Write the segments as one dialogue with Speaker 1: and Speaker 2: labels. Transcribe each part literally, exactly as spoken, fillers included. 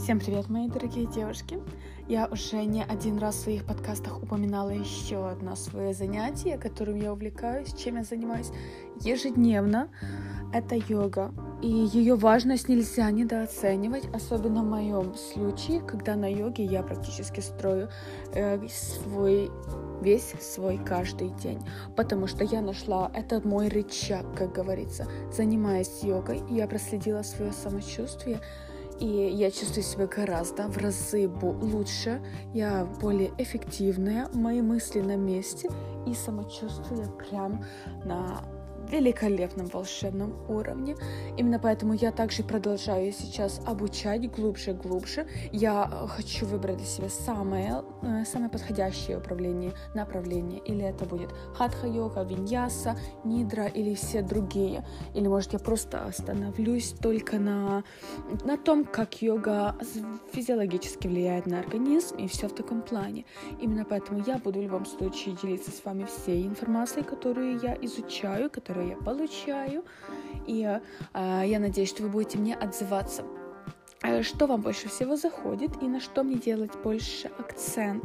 Speaker 1: Всем привет, мои дорогие девушки! Я уже не один раз в своих подкастах упоминала еще одно свое занятие, которым я увлекаюсь, чем я занимаюсь ежедневно. Это йога. И ее важность нельзя недооценивать, особенно в моем случае, когда на йоге я практически строю э, свой весь свой каждый день, потому что я нашла, это мой рычаг, как говорится. Занимаясь йогой, я проследила свое самочувствие, и я чувствую себя гораздо в разы лучше, я более эффективная, мои мысли на месте и самочувствие прям на великолепном волшебном уровне. Именно поэтому я также продолжаю сейчас обучать глубже глубже. Я хочу выбрать для себя самое, самое подходящее управление, направление. Или это будет хатха-йога, виньяса, нидра или все другие. Или, может, я просто остановлюсь только на, на том, как йога физиологически влияет на организм и все в таком плане. Именно поэтому я буду в любом случае делиться с вами всей информацией, которую я изучаю, которую я получаю, и э, я надеюсь, что вы будете мне отзываться, что вам больше всего заходит и на что мне делать больше акцент.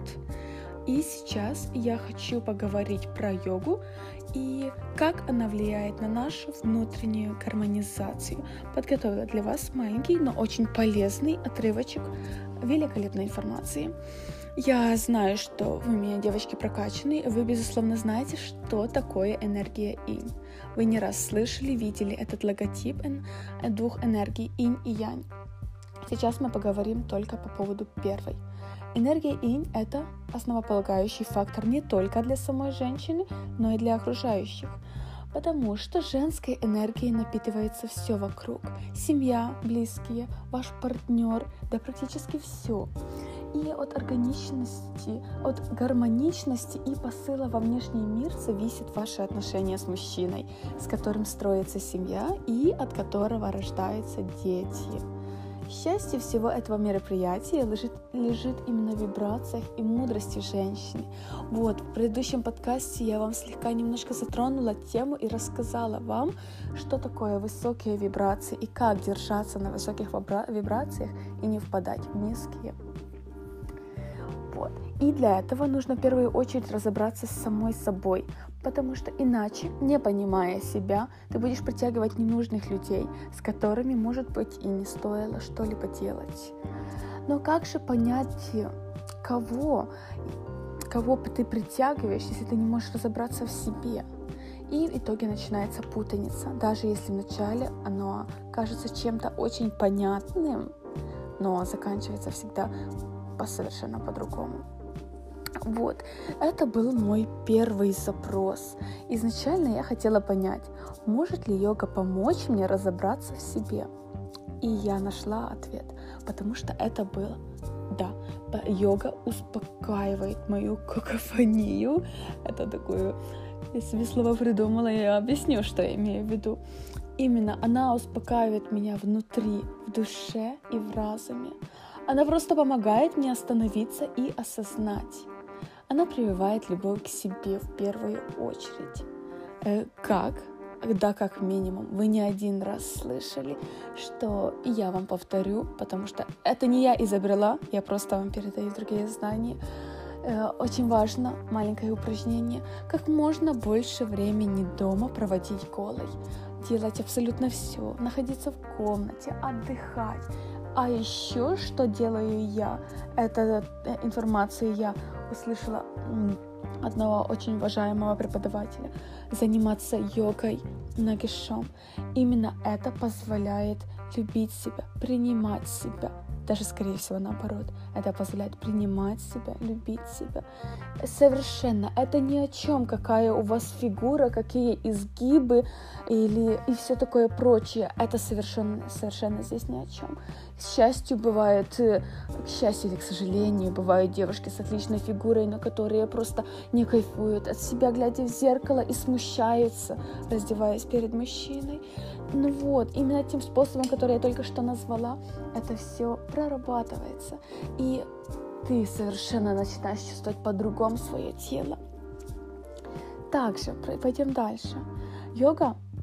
Speaker 1: И сейчас я хочу поговорить про йогу и как она влияет на нашу внутреннюю гармонизацию. Подготовила для вас маленький, но очень полезный отрывочек великолепной информации. Я знаю, что вы, меня, девочки, прокачанные, вы, безусловно, знаете, что такое энергия инь. Вы не раз слышали, видели этот логотип двух энергий инь и янь. Сейчас мы поговорим только по поводу первой. Энергия инь – это основополагающий фактор не только для самой женщины, но и для окружающих. Потому что женской энергией напитывается все вокруг. Семья, близкие, ваш партнер, да практически все. И от органичности, от гармоничности и посыла во внешний мир зависит ваше отношение с мужчиной, с которым строится семья и от которого рождаются дети. Счастье всего этого мероприятия лежит, лежит именно в вибрациях и мудрости женщины. Вот, в предыдущем подкасте я вам слегка немножко затронула тему и рассказала вам, что такое высокие вибрации и как держаться на высоких вибрациях и не впадать в низкие. Вот. И для этого нужно в первую очередь разобраться с самой собой, потому что иначе, не понимая себя, ты будешь притягивать ненужных людей, с которыми, может быть, и не стоило что-либо делать. Но как же понять, кого, кого ты притягиваешь, если ты не можешь разобраться в себе? И в итоге начинается путаница. Даже если вначале оно кажется чем-то очень понятным, но заканчивается всегда по совершенно по-другому. Вот, это был мой первый запрос. Изначально я хотела понять, может ли йога помочь мне разобраться в себе. И я нашла ответ, потому что это было, да, йога успокаивает мою какофонию. Это такое, я себе слово придумала, я объясню, что я имею в виду. Именно она успокаивает меня внутри, в душе и в разуме. Она просто помогает мне остановиться и осознать. Она прививает любовь к себе в первую очередь. Э, как? Да, как минимум. Вы не один раз слышали, что я вам повторю, потому что это не я изобрела, я просто вам передаю другие знания. Э, очень важно, маленькое упражнение, как можно больше времени дома проводить голой. Делать абсолютно все, находиться в комнате, отдыхать. А еще, что делаю я, это информацию я услышала одного очень уважаемого преподавателя, заниматься йогой нагишом. Именно это позволяет любить себя, принимать себя. Даже, скорее всего, наоборот. Это позволяет принимать себя, любить себя. Совершенно. Это ни о чем, какая у вас фигура, какие изгибы или и все такое прочее. Это совершенно, совершенно здесь ни о чем. К счастью, бывает, к счастью или к сожалению, бывают девушки с отличной фигурой, но которые просто не кайфуют от себя, глядя в зеркало, и смущаются, раздеваясь перед мужчиной. Ну вот, именно тем способом, который я только что назвала, это все прорабатывается. И ты совершенно начинаешь чувствовать по-другому свое тело. Также пойдем дальше. Йога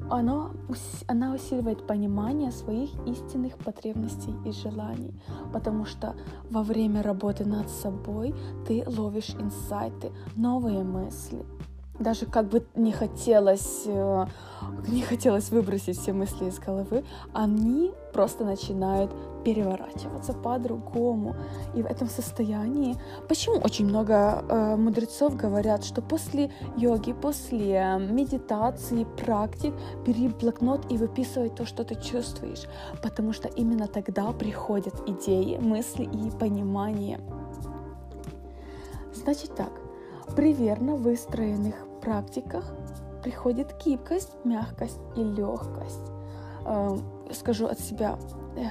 Speaker 1: Оно, она усиливает понимание своих истинных потребностей и желаний, потому что во время работы над собой ты ловишь инсайты, новые мысли. Даже как бы не хотелось, не хотелось выбросить все мысли из головы, они просто начинают переворачиваться по-другому. И в этом состоянии... Почему очень много э, мудрецов говорят, что после йоги, после медитации, практик, бери блокнот и выписывай то, что ты чувствуешь. Потому что именно тогда приходят идеи, мысли и понимание. Значит так, при верно выстроенных практиках приходит гибкость, мягкость и легкость. Э, скажу от себя, э,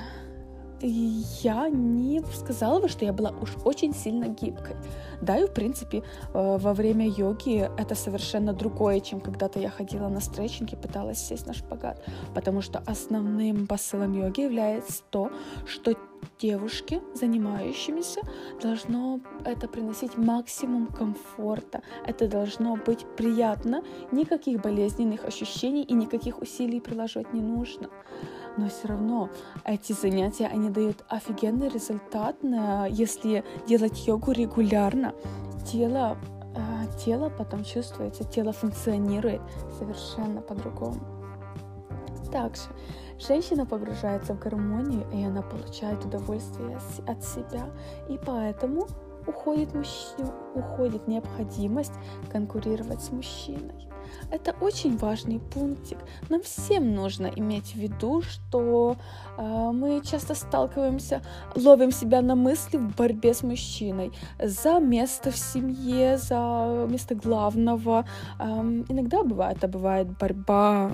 Speaker 1: я не сказала бы, что я была уж очень сильно гибкой. Да, и в принципе э, во время йоги это совершенно другое, чем когда-то я ходила на стретчинг и пыталась сесть на шпагат. Потому что основным посылом йоги является то, что девушке, занимающимися, должно это приносить максимум комфорта. Это должно быть приятно, никаких болезненных ощущений и никаких усилий приложить не нужно. Но все равно эти занятия, они дают офигенный результат, если делать йогу регулярно. Тело, тело потом чувствуется, тело функционирует совершенно по-другому. Также женщина погружается в гармонию, и она получает удовольствие от себя, и поэтому уходит, мужчина, уходит необходимость конкурировать с мужчиной. Это очень важный пунктик. Нам всем нужно иметь в виду, что э, мы часто сталкиваемся, ловим себя на мысли в борьбе с мужчиной за место в семье, за место главного. Э, иногда бывает, это бывает борьба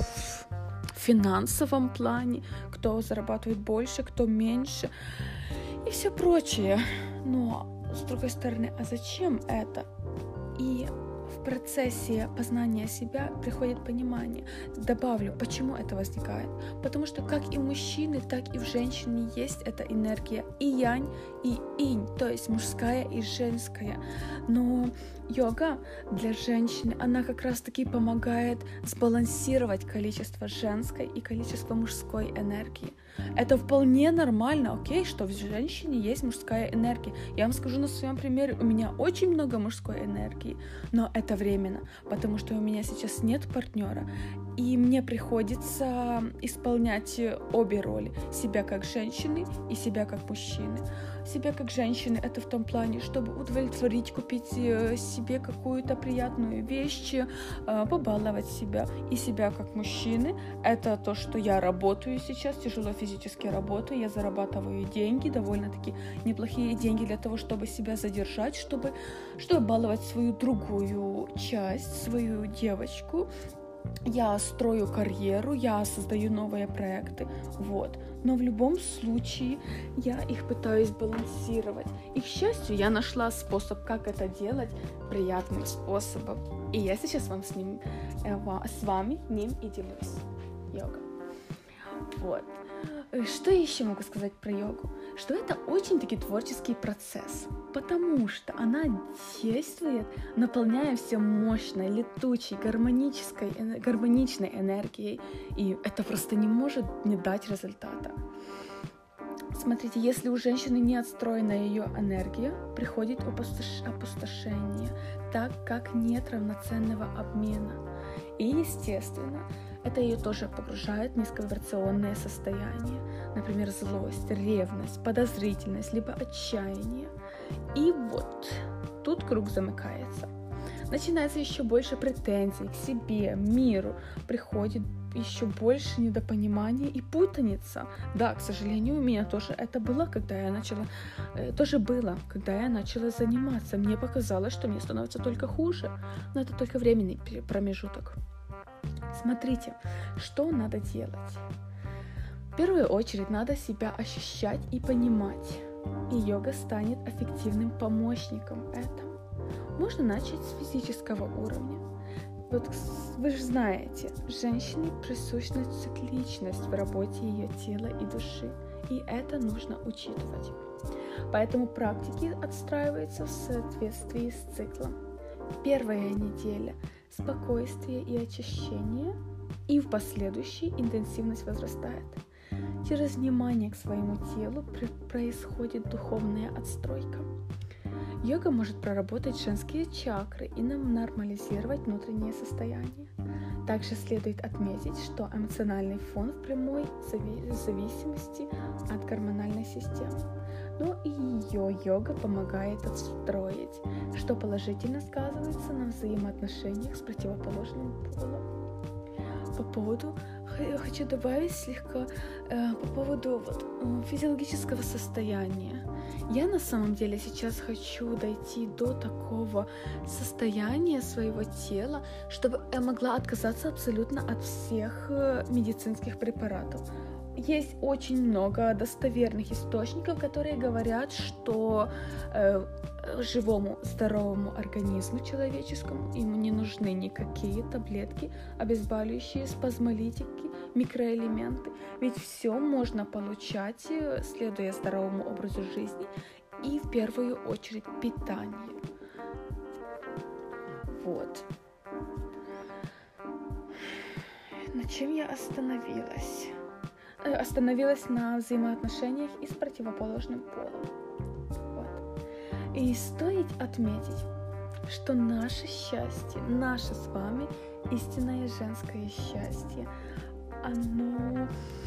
Speaker 1: в финансовом плане, кто зарабатывает больше, кто меньше и все прочее. Но с другой стороны, а зачем это? И в процессе познания себя приходит понимание. Добавлю, почему это возникает. Потому что как и у мужчины, так и в женщине есть эта энергия и янь, и инь, то есть мужская и женская. Но йога для женщины, она как раз-таки помогает сбалансировать количество женской и количество мужской энергии. Это вполне нормально, окей, что в женщине есть мужская энергия. Я вам скажу на своем примере, у меня очень много мужской энергии, но это временно, потому что у меня сейчас нет партнера, и мне приходится исполнять обе роли, себя как женщины и себя как мужчины. Себя как женщины — это в том плане, чтобы удовлетворить, купить себе какую-то приятную вещь, побаловать себя. И себя как мужчины — это то, что я работаю сейчас, тяжело физически работаю, я зарабатываю деньги, довольно-таки неплохие деньги для того, чтобы себя задержать, чтобы, чтобы баловать свою другую часть, свою девочку. Я строю карьеру, я создаю новые проекты, вот. Но в любом случае я их пытаюсь балансировать. И, к счастью, я нашла способ, как это делать приятным способом. И я сейчас вам с ним, с вами ним и делюсь. Йога. Вот. Что еще могу сказать про йогу? Что это очень-таки творческий процесс, потому что она действует, наполняя все мощной, летучей, гармонической, гармоничной энергией, и это просто не может не дать результата. Смотрите, если у женщины не отстроена ее энергия, приходит опустош... опустошение, так как нет равноценного обмена. И, естественно, это ее тоже погружает в низковибрационное состояние, например, злость, ревность, подозрительность, либо отчаяние. И вот тут круг замыкается. Начинается еще больше претензий к себе, миру, приходит еще больше недопонимания и путаница. Да, к сожалению, у меня тоже это было, когда я начала, э, тоже было, когда я начала заниматься. Мне показалось, что мне становится только хуже, но это только временный промежуток. Смотрите, что надо делать. В первую очередь надо себя ощущать и понимать, и йога станет эффективным помощником этому. Можно начать с физического уровня. Вот вы же знаете, женщине присуща цикличность в работе ее тела и души, и это нужно учитывать. Поэтому практики отстраиваются в соответствии с циклом. Первая неделя – спокойствие и очищение. и в последующей интенсивность возрастает. Через внимание к своему телу происходит духовная отстройка. Йога может проработать женские чакры и нормализировать внутреннее состояние. Также следует отметить, что эмоциональный фон в прямой зависимости от гормональной системы. Но и ее йога помогает отстроить, что положительно сказывается на взаимоотношениях с противоположным полом. По поводу, хочу добавить слегка, э, по поводу вот, физиологического состояния. Я на самом деле сейчас хочу дойти до такого состояния своего тела, чтобы я могла отказаться абсолютно от всех медицинских препаратов. Есть очень много достоверных источников, которые говорят, что э, живому здоровому организму человеческому ему не нужны никакие таблетки, обезболивающие, спазмолитики, микроэлементы. Ведь все можно получать, следуя здоровому образу жизни и в первую очередь питанию. Вот. На чем я остановилась? Остановилась на взаимоотношениях и с противоположным полом. Вот. И стоит отметить, что наше счастье, наше с вами истинное женское счастье, оно,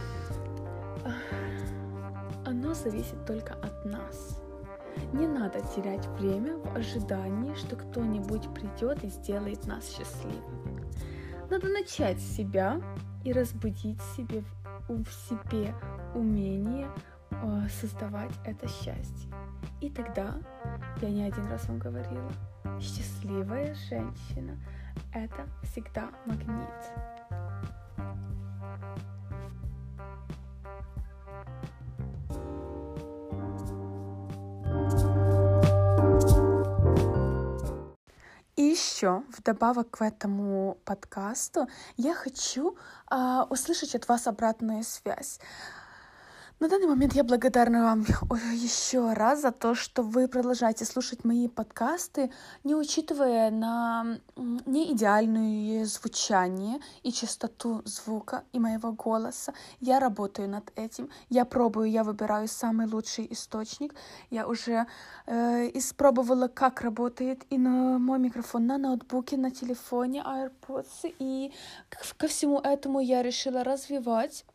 Speaker 1: оно зависит только от нас. Не надо терять время в ожидании, что кто-нибудь придет и сделает нас счастливыми. Надо начать с себя и разбудить себе в себе умение э, создавать это счастье. И тогда, я не один раз вам говорила, счастливая женщина — это всегда магнит. И еще, вдобавок к этому подкасту, я хочу э, услышать от вас обратную связь. На данный момент я благодарна вам еще раз за то, что вы продолжаете слушать мои подкасты, не учитывая на неидеальное звучание и частоту звука и моего голоса. Я работаю над этим, я пробую, я выбираю самый лучший источник. Я уже э, испробовала, как работает и на мой микрофон на ноутбуке, на телефоне, AirPods, и ко всему этому я решила развивать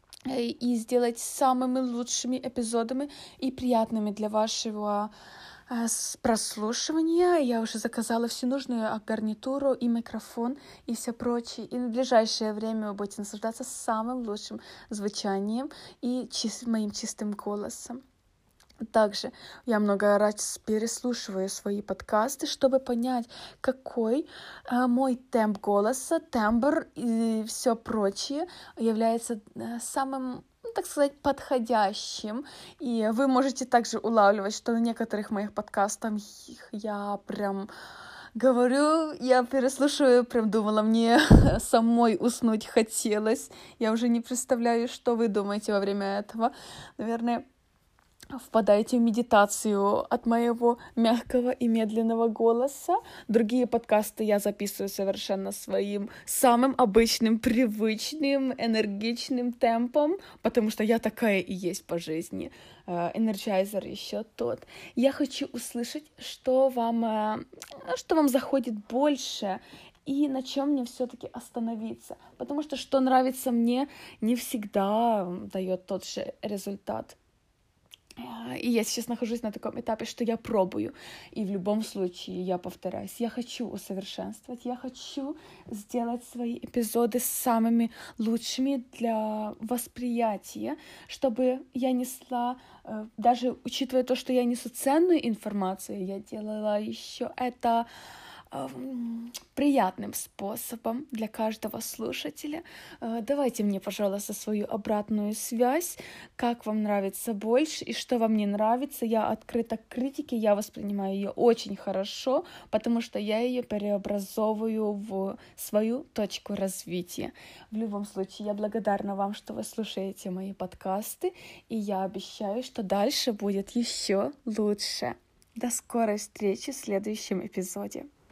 Speaker 1: и сделать самыми лучшими эпизодами и приятными для вашего э, прослушивания. Я уже заказала всю нужную гарнитуру и микрофон и все прочее. И в ближайшее время вы будете наслаждаться самым лучшим звучанием и чис- моим чистым голосом. Также я много раз переслушиваю свои подкасты, чтобы понять, какой э, мой темп голоса, тембр и все прочее является э, самым, ну, так сказать, подходящим. И вы можете также улавливать, что на некоторых моих подкастах я прям говорю, я переслушиваю, прям думала, мне самой уснуть хотелось. Я уже не представляю, что вы думаете во время этого. Наверное, впадаете в медитацию от моего мягкого и медленного голоса. Другие подкасты я записываю совершенно своим самым обычным, привычным, энергичным темпом, потому что я такая и есть по жизни. Энерджайзер еще тот. Я хочу услышать, что вам, что вам заходит больше, и на чем мне все-таки остановиться. Потому что что нравится мне, не всегда дает тот же результат. И я сейчас нахожусь на таком этапе, что я пробую. И в любом случае, я повторяюсь, я хочу усовершенствовать, я хочу сделать свои эпизоды самыми лучшими для восприятия, чтобы я несла, даже учитывая то, что я несу ценную информацию, я делала еще это приятным способом для каждого слушателя. Давайте мне, пожалуйста, свою обратную связь, как вам нравится больше и что вам не нравится. Я открыта к критике, я воспринимаю ее очень хорошо, потому что я ее преобразовываю в свою точку развития. В любом случае, я благодарна вам, что вы слушаете мои подкасты, и я обещаю, что дальше будет еще лучше. До скорой встречи в следующем эпизоде.